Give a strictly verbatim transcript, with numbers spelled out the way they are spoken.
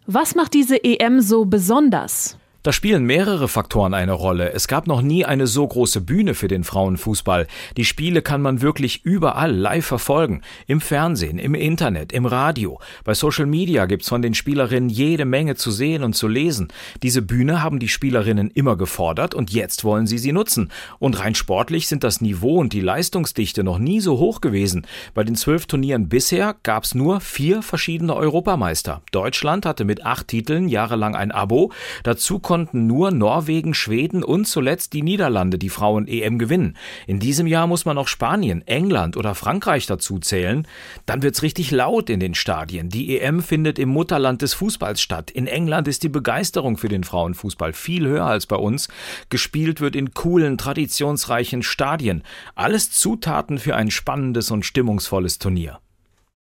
Was macht diese E M so besonders? Da spielen mehrere Faktoren eine Rolle. Es gab noch nie eine so große Bühne für den Frauenfußball. Die Spiele kann man wirklich überall live verfolgen. Im Fernsehen, im Internet, im Radio. Bei Social Media gibt's von den Spielerinnen jede Menge zu sehen und zu lesen. Diese Bühne haben die Spielerinnen immer gefordert und jetzt wollen sie sie nutzen. Und rein sportlich sind das Niveau und die Leistungsdichte noch nie so hoch gewesen. Bei den zwölf Turnieren bisher gab's nur vier verschiedene Europameister. Deutschland hatte mit acht Titeln jahrelang ein Abo. Dazu konnten nur Norwegen, Schweden und zuletzt die Niederlande die Frauen-E M gewinnen. In diesem Jahr muss man auch Spanien, England oder Frankreich dazu zählen. Dann wird's richtig laut in den Stadien. Die E M findet im Mutterland des Fußballs statt. In England ist die Begeisterung für den Frauenfußball viel höher als bei uns. Gespielt wird in coolen, traditionsreichen Stadien. Alles Zutaten für ein spannendes und stimmungsvolles Turnier.